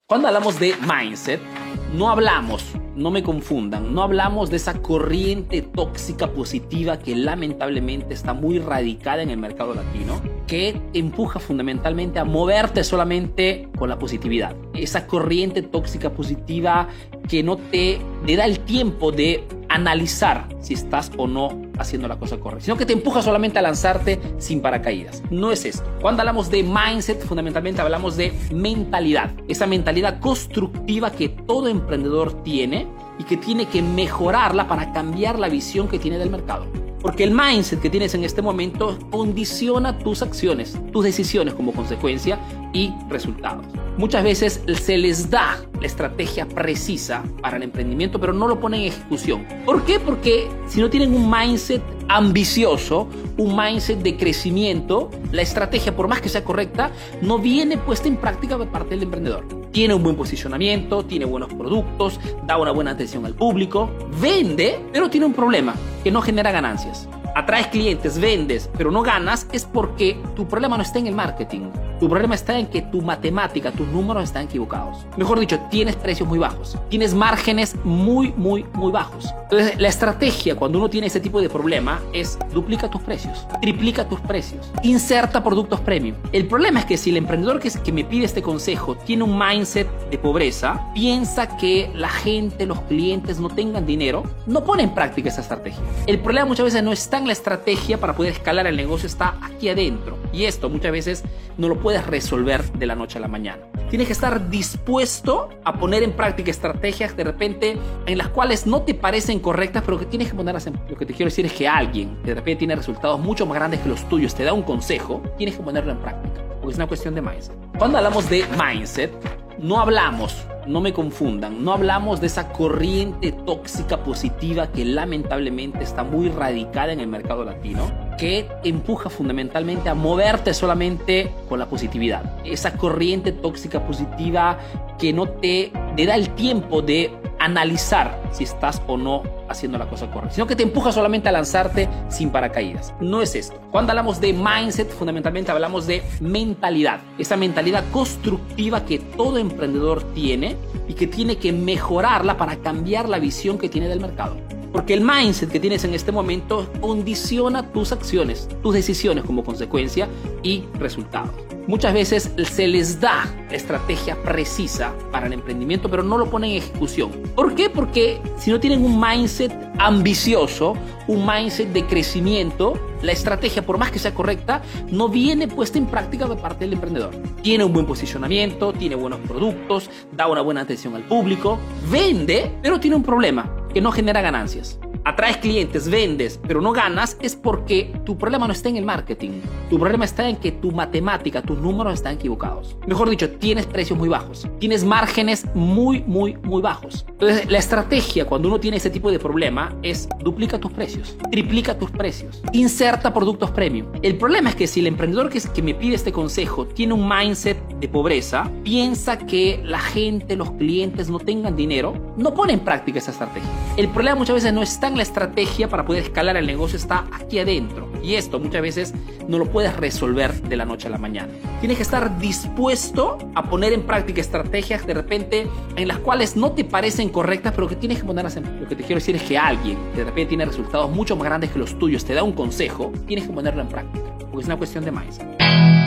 Cuando hablamos de mindset, no hablamos, no me confundan, no hablamos de esa corriente tóxica positiva que lamentablemente está muy radicada en el mercado latino, que empuja fundamentalmente a moverte solamente con la positividad. Esa corriente tóxica positiva que no te da el tiempo de analizar si estás o no haciendo la cosa correcta, sino que te empuja solamente a lanzarte sin paracaídas. No es esto. Cuando hablamos de mindset, fundamentalmente hablamos de mentalidad. Esa mentalidad constructiva que todo emprendedor tiene y que tiene que mejorarla para cambiar la visión que tiene del mercado. Porque el mindset que tienes en este momento condiciona tus acciones, tus decisiones como consecuencia y resultados. Muchas veces se les da la estrategia precisa para el emprendimiento, pero no lo ponen en ejecución. ¿Por qué? Porque si no tienen un mindset ambicioso, un mindset de crecimiento, la estrategia, por más que sea correcta, no viene puesta en práctica por parte del emprendedor. Tiene un buen posicionamiento, tiene buenos productos, da una buena atención al público, vende, pero tiene un problema, que no genera ganancias. Atraes clientes, vendes, pero no ganas, es porque tu problema no está en el marketing. Tu problema está en que tu matemática, tus números están equivocados. Mejor dicho, tienes precios muy bajos. Tienes márgenes muy bajos. Entonces, la estrategia cuando uno tiene ese tipo de problema es duplica tus precios, triplica tus precios, inserta productos premium. El problema es que si el emprendedor que me pide este consejo tiene un mindset de pobreza, piensa que la gente, los clientes no tengan dinero, no pone en práctica esa estrategia. El problema muchas veces no está en la estrategia para poder escalar el negocio, está aquí adentro. Y esto muchas veces no lo puedes resolver de la noche a la mañana. Tienes que estar dispuesto a poner en práctica estrategias de repente en las cuales no te parecen correctas, pero que tienes que ponerlas en... Lo que te quiero decir es que alguien que de repente tiene resultados mucho más grandes que los tuyos te da un consejo, tienes que ponerlo en práctica, porque es una cuestión de mindset. Cuando hablamos de mindset, no hablamos, no me confundan, no hablamos de esa corriente tóxica positiva que lamentablemente está muy radicada en el mercado latino, que empuja fundamentalmente a moverte solamente con la positividad. Esa corriente tóxica positiva que no te da el tiempo de analizar si estás o no haciendo la cosa correcta, sino que te empuja solamente a lanzarte sin paracaídas. No es esto. Cuando hablamos de mindset, fundamentalmente hablamos de mentalidad. Esa mentalidad constructiva que todo emprendedor tiene y que tiene que mejorarla para cambiar la visión que tiene del mercado. Porque el mindset que tienes en este momento condiciona tus acciones, tus decisiones como consecuencia y resultados. Muchas veces se les da la estrategia precisa para el emprendimiento, pero no lo ponen en ejecución. ¿Por qué? Porque si no tienen un mindset ambicioso, un mindset de crecimiento, la estrategia, por más que sea correcta, no viene puesta en práctica por parte del emprendedor. Tiene un buen posicionamiento, tiene buenos productos, da una buena atención al público, vende, pero tiene un problema, que no genera ganancias. Atraes clientes, vendes, pero no ganas, es porque tu problema no está en el marketing. Tu problema está en que tu matemática, tus números están equivocados. Mejor dicho, tienes precios muy bajos. Tienes márgenes muy bajos. Entonces, la estrategia cuando uno tiene ese tipo de problema es duplica tus precios, triplica tus precios, inserta productos premium. El problema es que si el emprendedor que me pide este consejo tiene un mindset de pobreza, piensa que la gente, los clientes no tengan dinero, no pone en práctica esa estrategia. El problema muchas veces no está en la estrategia para poder escalar el negocio, está aquí adentro. Y esto muchas veces no lo puedes resolver de la noche a la mañana. Tienes que estar dispuesto a poner en práctica estrategias de repente en las cuales no te parecen correctas, pero que tienes que ponerlas en... Lo que te quiero decir es que alguien que de repente tiene resultados mucho más grandes que los tuyos te da un consejo, tienes que ponerlo en práctica, porque es una cuestión de mindset.